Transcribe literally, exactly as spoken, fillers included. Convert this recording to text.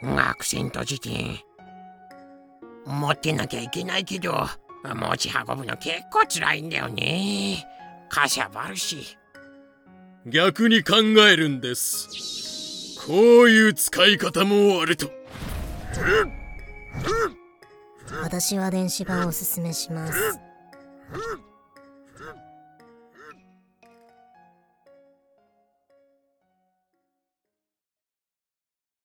学生閉じて持ってなきゃいけないけど、持ち運ぶの結構つらいんだよね。かさばるし。 逆に考えるんです。こういう使い方もあると。 私は電子版をおすすめします。